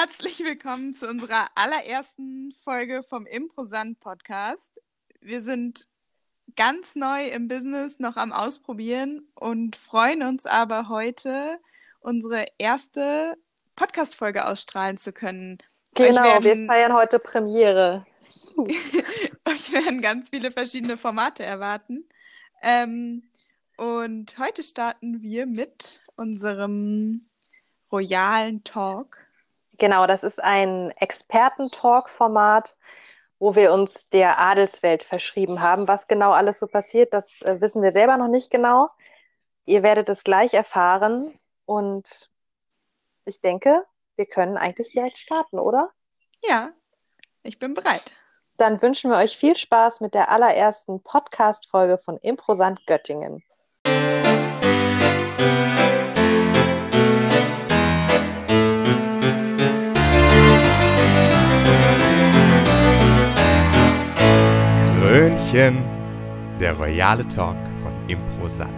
Herzlich willkommen zu unserer allerersten Folge vom Imposant-Podcast. Wir sind ganz neu im Business, noch am Ausprobieren und freuen uns aber heute, unsere erste Podcast-Folge ausstrahlen zu können. Genau, wir feiern heute Premiere. Euch werden ganz viele verschiedene Formate erwarten. Und heute starten wir mit unserem royalen Talk. Genau, das ist ein Experten-Talk-Format, wo wir uns der Adelswelt verschrieben haben. Was genau alles so passiert, das wissen wir selber noch nicht genau. Ihr werdet es gleich erfahren und ich denke, wir können eigentlich direkt starten, oder? Ja, ich bin bereit. Dann wünschen wir euch viel Spaß mit der allerersten Podcast-Folge von Imposant Göttingen. Krönchen, der royale Talk von Imposant.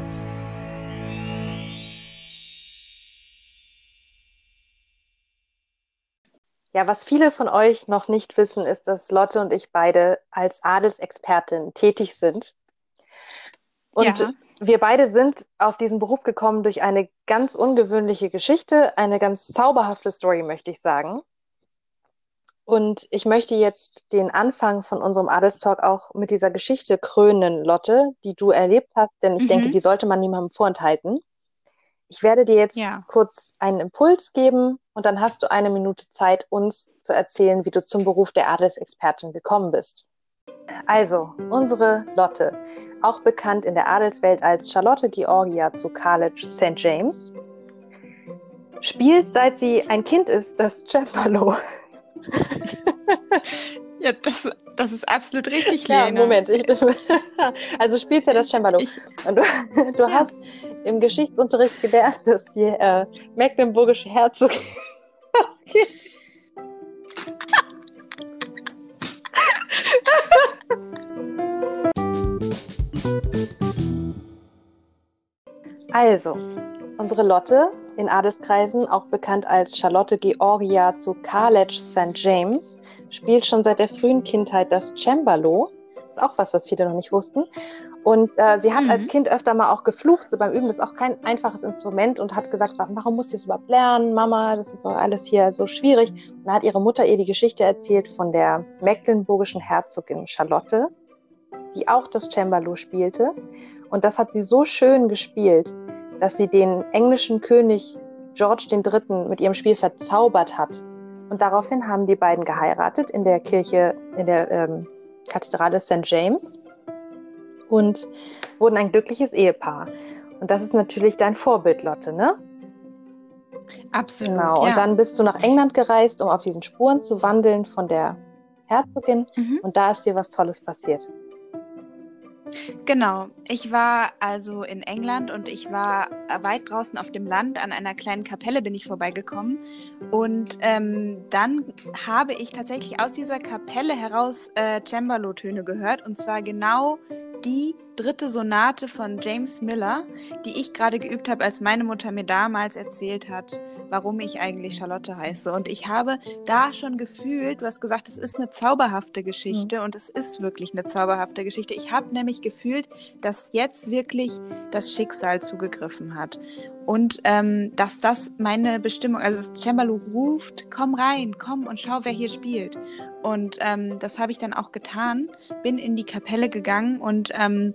Ja, was viele von euch noch nicht wissen, ist, dass Lotte und ich beide als Adelsexpertin tätig sind. Und Ja. wir beide sind auf diesen Beruf gekommen durch eine ganz ungewöhnliche Geschichte, eine ganz zauberhafte Story, möchte ich sagen. Und ich möchte jetzt den Anfang von unserem Adelstalk auch mit dieser Geschichte krönen, Lotte, die du erlebt hast, denn ich denke, die sollte man niemandem vorenthalten. Ich werde dir jetzt kurz einen Impuls geben und dann hast du 1 Minute Zeit, uns zu erzählen, wie du zum Beruf der Adelsexpertin gekommen bist. Also, unsere Lotte, auch bekannt in der Adelswelt als Charlotte Georgia zu College St. James, spielt, seit sie ein Kind ist, das Cembalo. Ja, das ist absolut richtig, Ja, Lena. Moment, also du spielst ja das Cembalo. Und du hast im Geschichtsunterricht gelernt, dass die mecklenburgische Herzogin Also, unsere Lotte, in Adelskreisen auch bekannt als Charlotte Georgia zu College St. James, spielt schon seit der frühen Kindheit das Cembalo. Ist auch was viele noch nicht wussten. Und sie hat als Kind öfter mal auch geflucht, so beim Üben. Das ist auch kein einfaches Instrument und hat gesagt, warum muss ich das überhaupt lernen, Mama, das ist doch alles hier so schwierig. Und dann hat ihre Mutter ihr die Geschichte erzählt von der mecklenburgischen Herzogin Charlotte, die auch das Cembalo spielte. Und das hat sie so schön gespielt, dass sie den englischen König George III. Mit ihrem Spiel verzaubert hat. Und daraufhin haben die beiden geheiratet in der Kirche, in der Kathedrale St. James und wurden ein glückliches Ehepaar. Und das ist natürlich dein Vorbild, Lotte, ne? Absolut, genau. Und dann bist du nach England gereist, um auf diesen Spuren zu wandeln von der Herzogin. Und da ist dir was Tolles passiert. Genau, ich war also in England und ich war weit draußen auf dem Land, an einer kleinen Kapelle bin ich vorbeigekommen und dann habe ich tatsächlich aus dieser Kapelle heraus Cembalo-Töne gehört und zwar genau die 3. Sonate von James Miller, die ich gerade geübt habe, als meine Mutter mir damals erzählt hat, warum ich eigentlich Charlotte heiße. Und ich habe da schon gefühlt, du hast gesagt, es ist eine zauberhafte Geschichte und es ist wirklich eine zauberhafte Geschichte. Ich habe nämlich gefühlt, dass jetzt wirklich das Schicksal zugegriffen hat. Und dass das meine Bestimmung, also das Cembalo ruft, komm rein, komm und schau, wer hier spielt. Und das habe ich dann auch getan, bin in die Kapelle gegangen und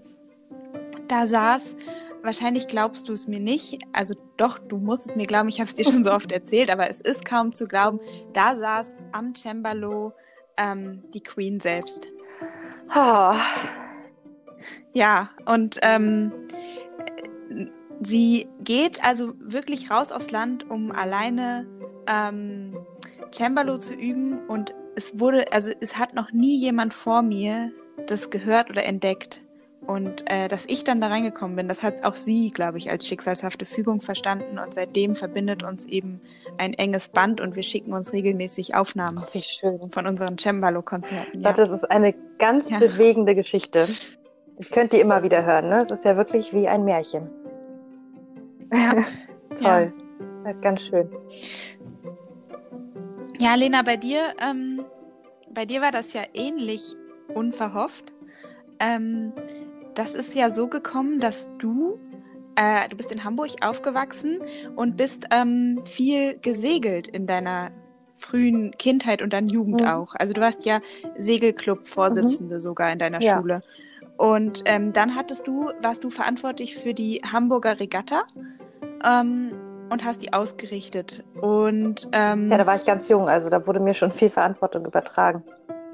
da saß, wahrscheinlich glaubst du es mir nicht, also doch, du musst es mir glauben, ich habe es dir schon so oft erzählt, aber es ist kaum zu glauben, da saß am Cembalo die Queen selbst. Oh. Ja, und sie geht also wirklich raus aufs Land, um alleine Cembalo zu üben und es hat noch nie jemand vor mir das gehört oder entdeckt. Und dass ich dann da reingekommen bin, das hat auch sie, glaube ich, als schicksalshafte Fügung verstanden. Und seitdem verbindet uns eben ein enges Band und wir schicken uns regelmäßig Aufnahmen von unseren Cembalo-Konzerten. Ja. Das ist eine ganz bewegende Geschichte. Ich könnte die immer wieder hören, ne? Es ist ja wirklich wie ein Märchen. Ja. Toll. Ja. Ganz schön. Ja, Lena, bei dir war das ja ähnlich unverhofft. Ähm, Das ist ja so gekommen, dass du bist in Hamburg aufgewachsen und bist viel gesegelt in deiner frühen Kindheit und dann Jugend Mhm. auch. Also du warst ja Mhm. Segelclub-Vorsitzende sogar in deiner Ja, Schule. Und dann warst du verantwortlich für die Hamburger Regatta ähm, und hast die ausgerichtet. Und ja, da war ich ganz jung, also da wurde mir schon viel Verantwortung übertragen.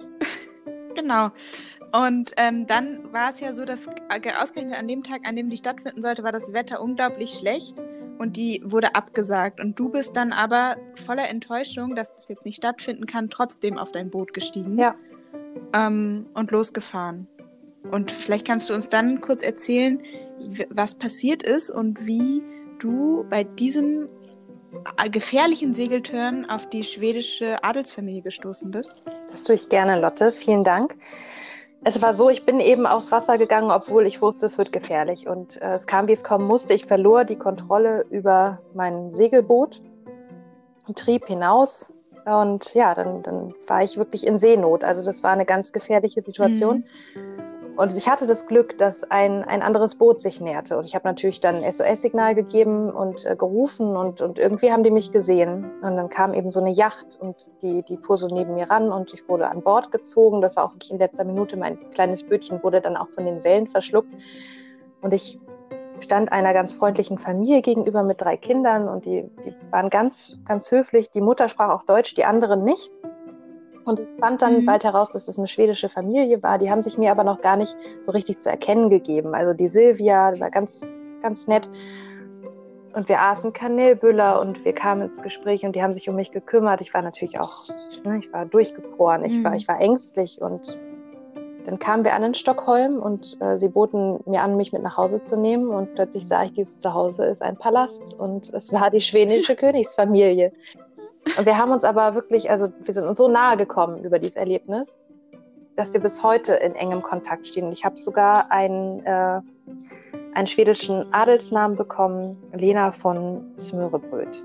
genau. Und dann war es ja so, dass ausgerechnet an dem Tag, an dem die stattfinden sollte, war das Wetter unglaublich schlecht und die wurde abgesagt. Und du bist dann aber voller Enttäuschung, dass das jetzt nicht stattfinden kann, trotzdem auf dein Boot gestiegen Ja, und losgefahren. Und vielleicht kannst du uns dann kurz erzählen, was passiert ist und wie du bei diesem gefährlichen Segeltörn auf die schwedische Adelsfamilie gestoßen bist. das tue ich gerne, Lotte. Vielen Dank. Es war so, ich bin eben aufs Wasser gegangen, obwohl ich wusste, es wird gefährlich. Und es kam, wie es kommen musste. Ich verlor die Kontrolle über mein Segelboot und trieb hinaus. Und ja, dann war ich wirklich in Seenot. Also das war eine ganz gefährliche Situation. Und ich hatte das Glück, dass ein anderes Boot sich näherte. Und ich habe natürlich dann ein SOS-Signal gegeben und gerufen und irgendwie haben die mich gesehen. Und dann kam eben so eine Yacht und die fuhr so neben mir ran und ich wurde an Bord gezogen. Das war auch wirklich in letzter Minute. Mein kleines Bötchen wurde dann auch von den Wellen verschluckt. Und ich stand einer ganz freundlichen Familie gegenüber mit 3 Kindern und die waren ganz, ganz höflich. Die Mutter sprach auch Deutsch, die anderen nicht. Und ich fand dann bald heraus, dass es eine schwedische Familie war. Die haben sich mir aber noch gar nicht so richtig zu erkennen gegeben. Also die Silvia war ganz, ganz nett. Und wir aßen Kanelbüller und wir kamen ins Gespräch und die haben sich um mich gekümmert. Ich war natürlich auch, ich war durchgefroren, ich war ängstlich. Und dann kamen wir an in Stockholm und sie boten mir an, mich mit nach Hause zu nehmen. Und plötzlich sah ich, dieses Zuhause ist ein Palast und es war die schwedische Königsfamilie. Und wir haben uns aber wirklich, also wir sind uns so nahe gekommen über dieses Erlebnis, dass wir bis heute in engem Kontakt stehen. Und ich habe sogar einen schwedischen Adelsnamen bekommen, Lena von Smørebrød.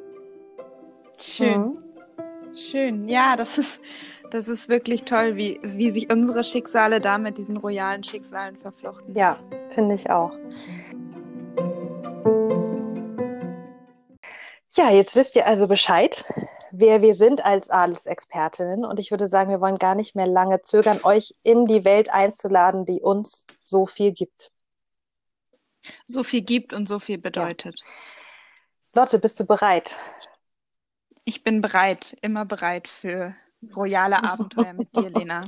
Schön. Schön. Ja, das ist wirklich toll, wie sich unsere Schicksale da mit diesen royalen Schicksalen verflochten. Ja, finde ich auch. Ja, jetzt wisst ihr also Bescheid, wer wir sind als Adelsexpertinnen. Und ich würde sagen, wir wollen gar nicht mehr lange zögern, euch in die Welt einzuladen, die uns so viel gibt. So viel gibt und so viel bedeutet. Ja. Lotte, bist du bereit? Ich bin bereit, immer bereit für royale Abenteuer mit dir, Lena.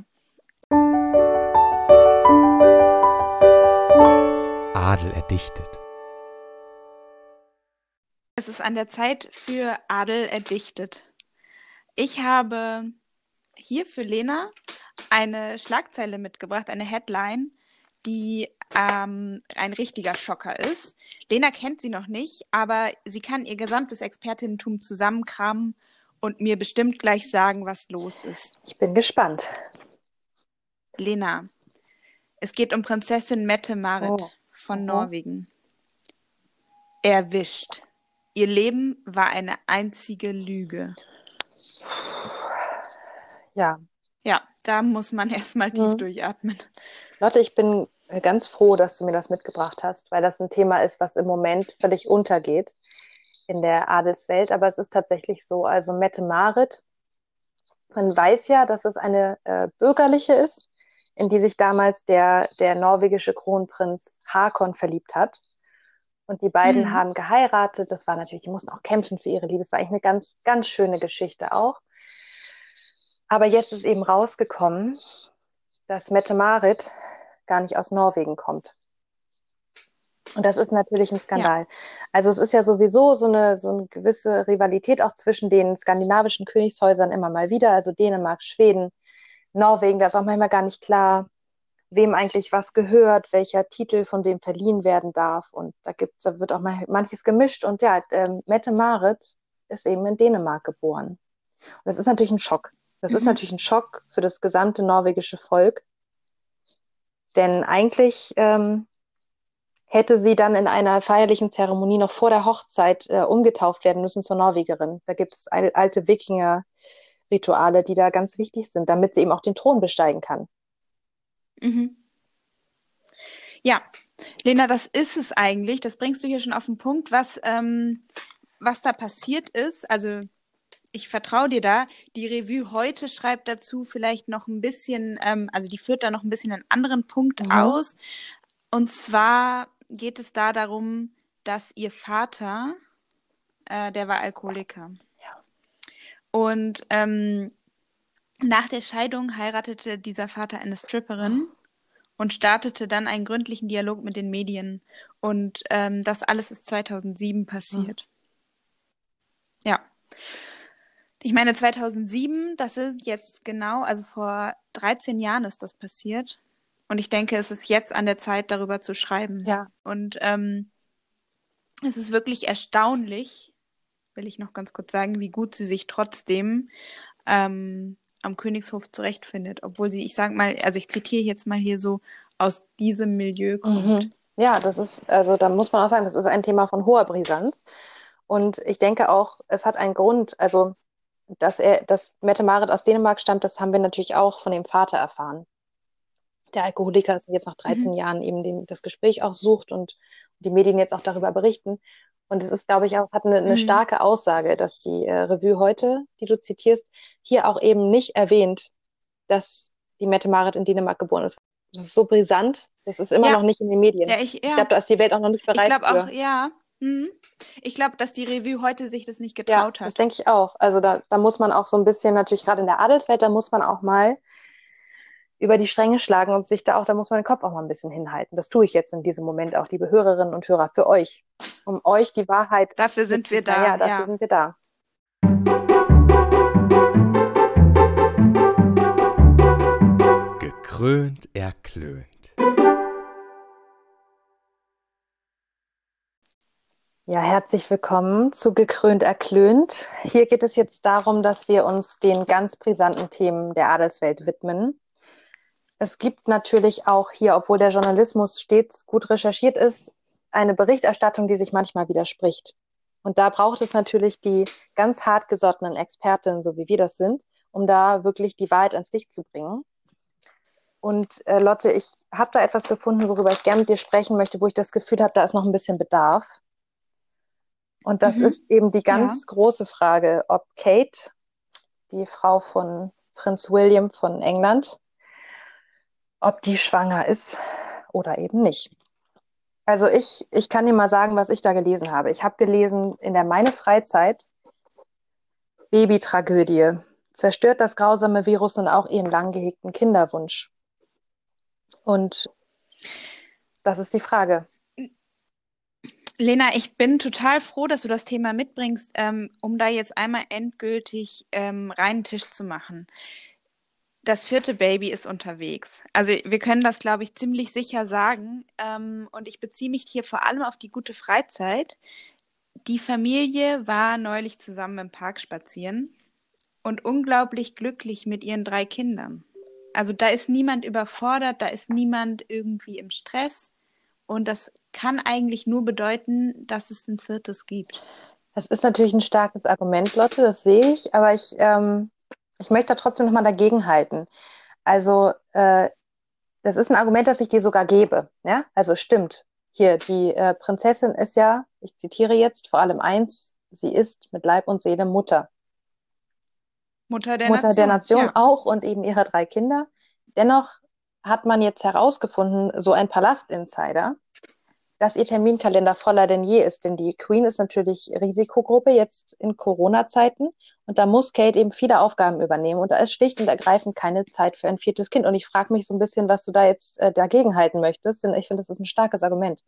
Adel erdichtet. Es ist an der Zeit für Adel erdichtet. Ich habe hier für Lena eine Schlagzeile mitgebracht, eine Headline, die ein richtiger Schocker ist. Lena kennt sie noch nicht, aber sie kann ihr gesamtes Expertinnentum zusammenkramen und mir bestimmt gleich sagen, was los ist. Ich bin gespannt. Lena, es geht um Prinzessin Mette-Marit von Norwegen. Erwischt. Ihr Leben war eine einzige Lüge. Ja. Ja, da muss man erstmal tief durchatmen. Lotte, ich bin ganz froh, dass du mir das mitgebracht hast, weil das ein Thema ist, was im Moment völlig untergeht in der Adelswelt. Aber es ist tatsächlich so. Also Mette-Marit, man weiß ja, dass es eine bürgerliche ist, in die sich damals der norwegische Kronprinz Hakon verliebt hat. Und die beiden haben geheiratet. Das war natürlich, die mussten auch kämpfen für ihre Liebe. Es war eigentlich eine ganz, ganz schöne Geschichte auch. Aber jetzt ist eben rausgekommen, dass Mette-Marit gar nicht aus Norwegen kommt. Und das ist natürlich ein Skandal. Ja. Also es ist ja sowieso so eine gewisse Rivalität auch zwischen den skandinavischen Königshäusern immer mal wieder, also Dänemark, Schweden, Norwegen. Da ist auch manchmal gar nicht klar, wem eigentlich was gehört, welcher Titel von wem verliehen werden darf. Und da wird auch manches gemischt. Und ja, Mette-Marit ist eben in Dänemark geboren. Und das ist natürlich ein Schock. Das ist natürlich ein Schock für das gesamte norwegische Volk. Denn eigentlich hätte sie dann in einer feierlichen Zeremonie noch vor der Hochzeit umgetauft werden müssen zur Norwegerin. Da gibt es alte Wikinger, Rituale, die da ganz wichtig sind, damit sie eben auch den Thron besteigen kann. Mhm. Ja, Lena, das ist es eigentlich. Das bringst du hier schon auf den Punkt, was da passiert ist. Also ich vertraue dir da. Die Revue heute schreibt dazu vielleicht noch ein bisschen, also die führt da noch ein bisschen einen anderen Punkt Mhm. aus. Und zwar geht es da darum, dass ihr Vater, der war Alkoholiker. Ja. Und nach der Scheidung heiratete dieser Vater eine Stripperin und startete dann einen gründlichen Dialog mit den Medien. Und das alles ist 2007 passiert. Ja. Ich meine, 2007, das ist jetzt genau, also vor 13 Jahren ist das passiert. Und ich denke, es ist jetzt an der Zeit, darüber zu schreiben. Ja. Und es ist wirklich erstaunlich, will ich noch ganz kurz sagen, wie gut sie sich trotzdem am Königshof zurechtfindet. Obwohl sie, ich sage mal, also ich zitiere jetzt mal hier so, aus diesem Milieu kommt. Ja, das ist, also da muss man auch sagen, das ist ein Thema von hoher Brisanz. Und ich denke auch, es hat einen Grund, also dass Mette-Marit aus Dänemark stammt, das haben wir natürlich auch von dem Vater erfahren. Der Alkoholiker ist jetzt nach 13 Mhm. Jahren eben das Gespräch auch sucht und die Medien jetzt auch darüber berichten. Und es ist, glaube ich, auch, hat eine Mhm. starke Aussage, dass die Revue heute, die du zitierst, hier auch eben nicht erwähnt, dass die Mette-Marit in Dänemark geboren ist. Das ist so brisant, das ist immer Ja, noch nicht in den Medien. ja, Ich glaube, da ist die Welt auch noch nicht ich bereit glaube auch, für. ja. Mhm. Ich glaube, dass die Revue heute sich das nicht Ja, getraut das hat. denke ich auch. Also da muss man auch so ein bisschen, natürlich gerade in der Adelswelt, da muss man auch mal über die Stränge schlagen und sich da muss man den Kopf auch mal ein bisschen hinhalten. Das tue ich jetzt in diesem Moment auch, liebe Hörerinnen und Hörer, für euch, um euch die Wahrheit Dafür sind wir mitzuteilen. da, Ja, dafür ja. sind wir da. Gekrönt erklönt. Ja, herzlich willkommen zu Gekrönt erklönt. Hier geht es jetzt darum, dass wir uns den ganz brisanten Themen der Adelswelt widmen. Es gibt natürlich auch hier, obwohl der Journalismus stets gut recherchiert ist, eine Berichterstattung, die sich manchmal widerspricht. Und da braucht es natürlich die ganz hartgesottenen Expertinnen, so wie wir das sind, um da wirklich die Wahrheit ans Licht zu bringen. Und Lotte, ich habe da etwas gefunden, worüber ich gerne mit dir sprechen möchte, wo ich das Gefühl habe, da ist noch ein bisschen Bedarf. Und das Mhm. ist eben die Ja. ganz große Frage, ob Kate, die Frau von Prinz William von England, ob die schwanger ist oder eben nicht. Also ich kann dir mal sagen, was ich da gelesen habe. Ich habe gelesen in der Meine Freizeit Babytragödie. Zerstört das grausame Virus und auch ihren lang gehegten Kinderwunsch. Und das ist die Frage. Lena, ich bin total froh, dass du das Thema mitbringst, um da jetzt einmal endgültig reinen Tisch zu machen. Das vierte Baby ist unterwegs. Also wir können das, glaube ich, ziemlich sicher sagen. Und ich beziehe mich hier vor allem auf die gute Freizeit. Die Familie war neulich zusammen im Park spazieren und unglaublich glücklich mit ihren 3 Kindern. Also da ist niemand überfordert, da ist niemand irgendwie im Stress. Und das kann eigentlich nur bedeuten, dass es ein viertes gibt. Das ist natürlich ein starkes Argument, Lotte, das sehe ich, aber ich möchte da trotzdem nochmal dagegenhalten. Also das ist ein Argument, das ich dir sogar gebe. Ja? Also stimmt. Hier, die Prinzessin ist ja, ich zitiere jetzt vor allem eins, sie ist mit Leib und Seele Mutter. Mutter der Mutter der Nation, Nation ja. auch und eben ihrer 3 Kinder. Dennoch hat man jetzt herausgefunden, so ein Palast-Insider, dass ihr Terminkalender voller denn je ist. Denn die Queen ist natürlich Risikogruppe jetzt in Corona-Zeiten und da muss Kate eben viele Aufgaben übernehmen und da ist schlicht und ergreifend keine Zeit für ein viertes Kind. Und ich frage mich so ein bisschen, was du da jetzt dagegen halten möchtest, denn ich finde, das ist ein starkes Argument.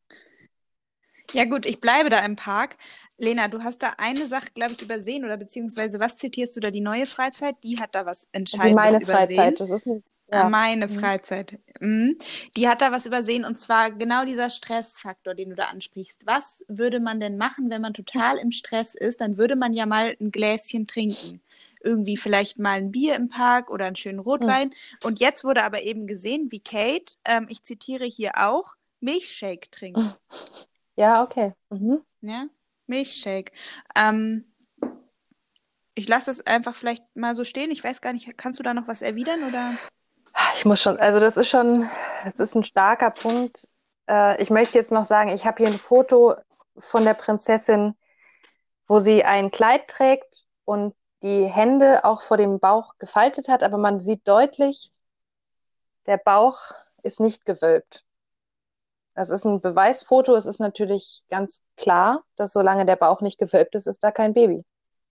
Ja gut, ich bleibe da im Park. Lena, du hast da eine Sache, glaube ich, übersehen oder beziehungsweise was zitierst du da? Die neue Freizeit? Die hat da was Wie Entscheidendes meine Freizeit, übersehen. das ist ein, Ah, ja. meine Mhm. Freizeit. Mhm. Die hat da was übersehen und zwar genau dieser Stressfaktor, den du da ansprichst. Was würde man denn machen, wenn man total im Stress ist? Dann würde man ja mal ein Gläschen trinken. Irgendwie vielleicht mal ein Bier im Park oder einen schönen Mhm. Rotwein. Und jetzt wurde aber eben gesehen, wie Kate, ich zitiere hier auch, Milchshake trinkt. Ja, okay. Mhm. Ja, Milchshake. Ähm, Ich lasse das einfach vielleicht mal so stehen. Ich weiß gar nicht, kannst du da noch was erwidern oder? Ich muss schon, also das ist ein starker Punkt. Ich möchte jetzt noch sagen, ich habe hier ein Foto von der Prinzessin, wo sie ein Kleid trägt und die Hände auch vor dem Bauch gefaltet hat, aber man sieht deutlich, der Bauch ist nicht gewölbt. Das ist ein Beweisfoto. Es ist natürlich ganz klar, dass solange der Bauch nicht gewölbt ist, ist da kein Baby.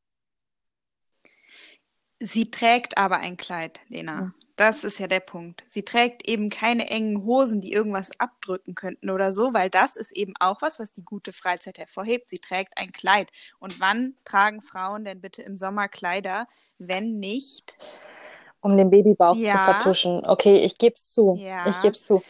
Sie trägt aber ein Kleid, Lena. Hm. Das ist ja der Punkt. Sie trägt eben keine engen Hosen, die irgendwas abdrücken könnten oder so, weil das ist eben auch was, was die gute Freizeit hervorhebt. Sie trägt ein Kleid. Und wann tragen Frauen denn bitte im Sommer Kleider, wenn nicht? Um den Babybauch zu Ja, vertuschen. Okay, ich gebe es zu. Ich gebe ja. es zu.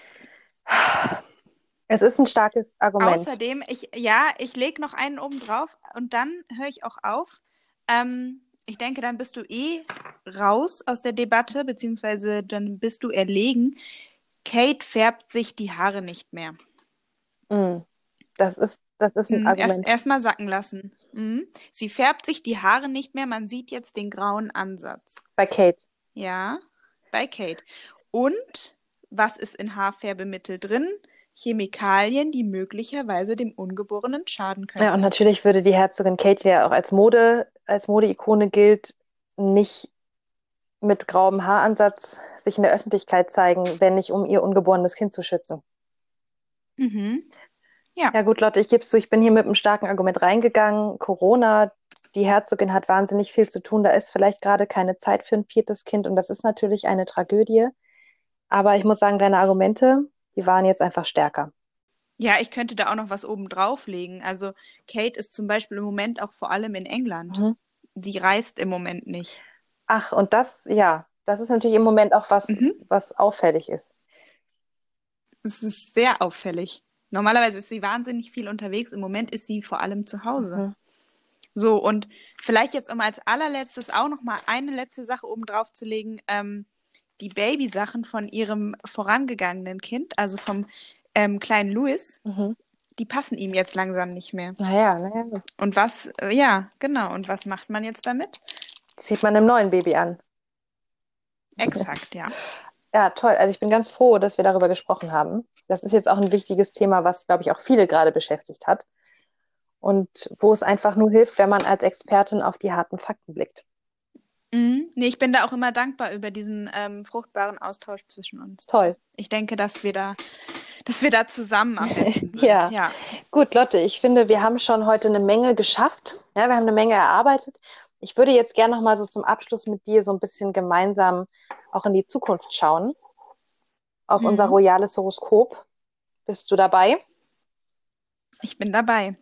Es ist ein starkes Argument. Außerdem, ich lege noch einen oben drauf und dann höre ich auch auf. Ich denke, dann bist du raus aus der Debatte, beziehungsweise dann bist du erlegen. Kate färbt sich die Haare nicht mehr. Mm, das ist ein Argument. Erst mal sacken lassen. Sie färbt sich die Haare nicht mehr. Man sieht jetzt den grauen Ansatz. Bei Kate. Ja, bei Kate. Und was ist in Haarfärbemittel drin? Chemikalien, die möglicherweise dem Ungeborenen schaden Ja, und könnten. natürlich würde die Herzogin Kate, die ja auch als Modeikone gilt, nicht mit grauem Haaransatz sich in der Öffentlichkeit zeigen, wenn nicht um ihr ungeborenes Kind zu schützen. Mhm. Ja. Ja gut, Lotte, ich gebe es zu, ich bin hier mit einem starken Argument reingegangen. Corona, die Herzogin hat wahnsinnig viel zu tun. Da ist vielleicht gerade keine Zeit für ein viertes Kind und das ist natürlich eine Tragödie. Aber ich muss sagen, deine Argumente, die waren jetzt einfach stärker. Ja, ich könnte da auch noch was oben drauflegen. Also Kate ist zum Beispiel im Moment auch vor allem in England. Mhm. Sie reist im Moment nicht. Ach, und das, ja, das ist natürlich im Moment auch was, Mhm. was auffällig ist. Es ist sehr auffällig. Normalerweise ist sie wahnsinnig viel unterwegs. Im Moment ist sie vor allem zu Hause. Mhm. So, und vielleicht jetzt, um als allerletztes auch noch mal eine letzte Sache oben drauf zu legen, die Babysachen von ihrem vorangegangenen Kind, also vom kleinen Louis, Mhm. die passen ihm jetzt langsam nicht mehr. Naja, Und was, ja, genau, und was macht man jetzt damit? zieht man einem neuen Baby an. Exakt, ja. Ja, toll. Also ich bin ganz froh, dass wir darüber gesprochen haben. Das ist jetzt auch ein wichtiges Thema, was, glaube ich, auch viele gerade beschäftigt hat. Und wo es einfach nur hilft, wenn man als Expertin auf die harten Fakten blickt. Nee, ich bin da auch immer dankbar über diesen fruchtbaren Austausch zwischen uns. Toll. Ich denke, dass wir da zusammen am besten sind. Ja, Ja. gut, Lotte, ich finde, wir haben schon heute eine Menge geschafft. Ja, wir haben eine Menge erarbeitet. Ich würde jetzt gerne noch mal so zum Abschluss mit dir so ein bisschen gemeinsam auch in die Zukunft schauen, auf unser Mhm. royales Horoskop. Bist du dabei? Ich bin dabei.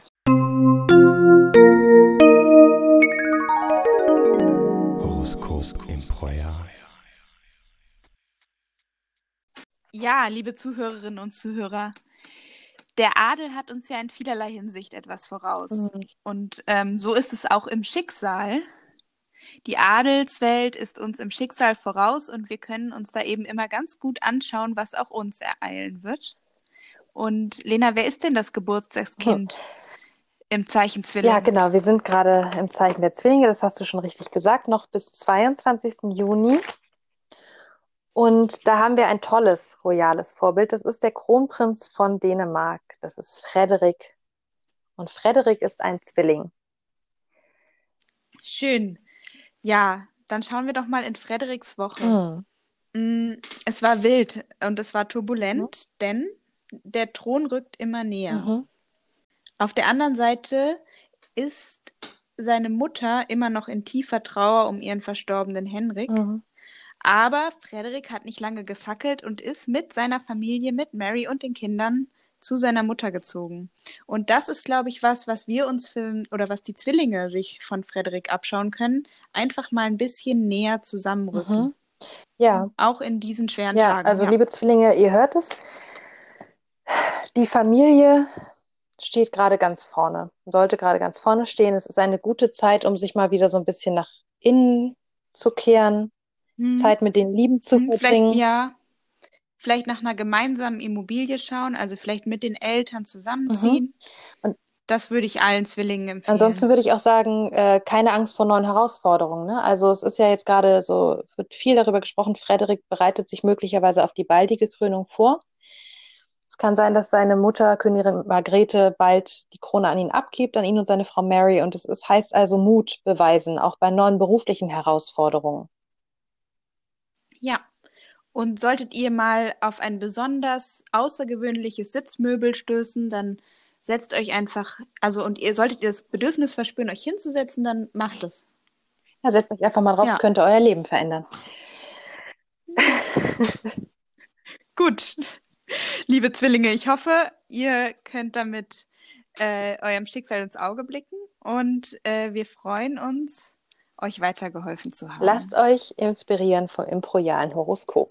Horoskop im Royal. Ja, liebe Zuhörerinnen und Zuhörer, der Adel hat uns ja in vielerlei Hinsicht etwas voraus. Mhm. Und so ist es auch im Schicksal. Die Adelswelt ist uns im Schicksal voraus und wir können uns da eben immer ganz gut anschauen, was auch uns ereilen wird. Und Lena, wer ist denn das Geburtstagskind im Zeichen Ja, Zwilling? genau. Wir sind gerade im Zeichen der Zwillinge. Das hast du schon richtig gesagt. Noch bis 22. Juni. Und da haben wir ein tolles royales Vorbild. Das ist der Kronprinz von Dänemark. Das ist Frederik. Und Frederik ist ein Zwilling. Schön. Ja, dann schauen wir doch mal in Frederiks Woche. Mhm. Es war wild und es war Mhm. turbulent, denn der Thron rückt immer näher. Mhm. Auf der anderen Seite ist seine Mutter immer noch in tiefer Trauer um ihren verstorbenen Henrik. Mhm. Aber Frederik hat nicht lange gefackelt und ist mit seiner Familie, mit Mary und den Kindern zu seiner Mutter gezogen. Und das ist, glaube ich, was wir uns oder was die Zwillinge sich von Frederik abschauen können, einfach mal ein bisschen näher zusammenrücken. Mhm. Ja, Auch in diesen schweren ja, Tagen, also ja. liebe Zwillinge, ihr hört es. Die Familie steht gerade ganz vorne, sollte gerade ganz vorne stehen. Es ist eine gute Zeit, um sich mal wieder so ein bisschen nach innen zu kehren, Hm. Zeit mit den Lieben zu verbringen. Vielleicht nach einer gemeinsamen Immobilie schauen, also vielleicht mit den Eltern Mhm. zusammenziehen. Und Das würde ich allen Zwillingen empfehlen. Ansonsten würde ich auch sagen, keine Angst vor neuen Herausforderungen. Ne? Also es ist ja jetzt gerade so, wird viel darüber gesprochen, Frederik bereitet sich möglicherweise auf die baldige Krönung vor. Es kann sein, dass seine Mutter, Königin Margrethe, bald die Krone an ihn abgibt, an ihn und seine Frau Mary. Und heißt also Mut beweisen, auch bei neuen beruflichen Herausforderungen. Ja. Und solltet ihr mal auf ein besonders außergewöhnliches Sitzmöbel stößen, dann setzt euch einfach, und solltet ihr das Bedürfnis verspüren, euch hinzusetzen, dann macht es. Ja, setzt euch einfach mal drauf, es könnte euer Leben verändern. Gut. Liebe Zwillinge, ich hoffe, ihr könnt damit eurem Schicksal ins Auge blicken und wir freuen uns, euch weitergeholfen zu haben. Lasst euch inspirieren vom Impro-Jahr ein Horoskop.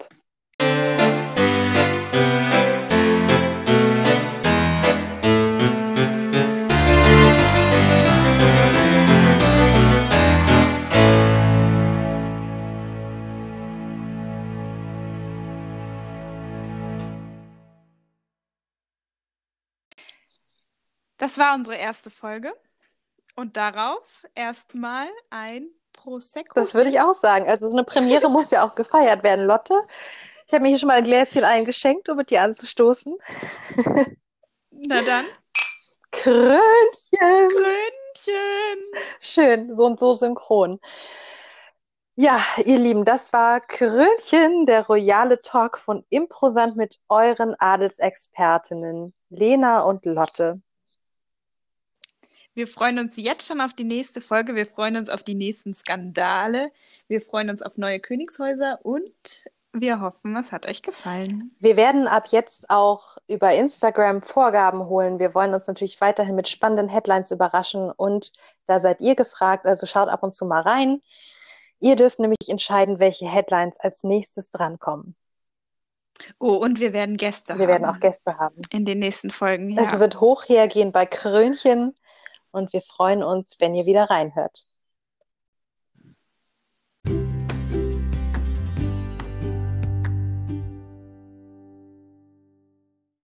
Das war unsere erste Folge und darauf erstmal ein Prosecco. Das würde ich auch sagen. Also so eine Premiere muss ja auch gefeiert werden, Lotte. Ich habe mir hier schon mal ein Gläschen eingeschenkt, um mit dir anzustoßen. Na dann. Krönchen! Krönchen! Schön, so und so synchron. Ja, ihr Lieben, das war Krönchen, der royale Talk von Improsant mit euren Adelsexpertinnen Lena und Lotte. Wir freuen uns jetzt schon auf die nächste Folge. Wir freuen uns auf die nächsten Skandale. Wir freuen uns auf neue Königshäuser und wir hoffen, es hat euch gefallen. Wir werden ab jetzt auch über Instagram Vorgaben holen. Wir wollen uns natürlich weiterhin mit spannenden Headlines überraschen und da seid ihr gefragt, also schaut ab und zu mal rein. Ihr dürft nämlich entscheiden, welche Headlines als nächstes drankommen. Oh, und wir werden Gäste haben. Wir werden auch Gäste haben. In den nächsten Folgen, ja. Es wird hoch hergehen bei Krönchen und wir freuen uns, wenn ihr wieder reinhört.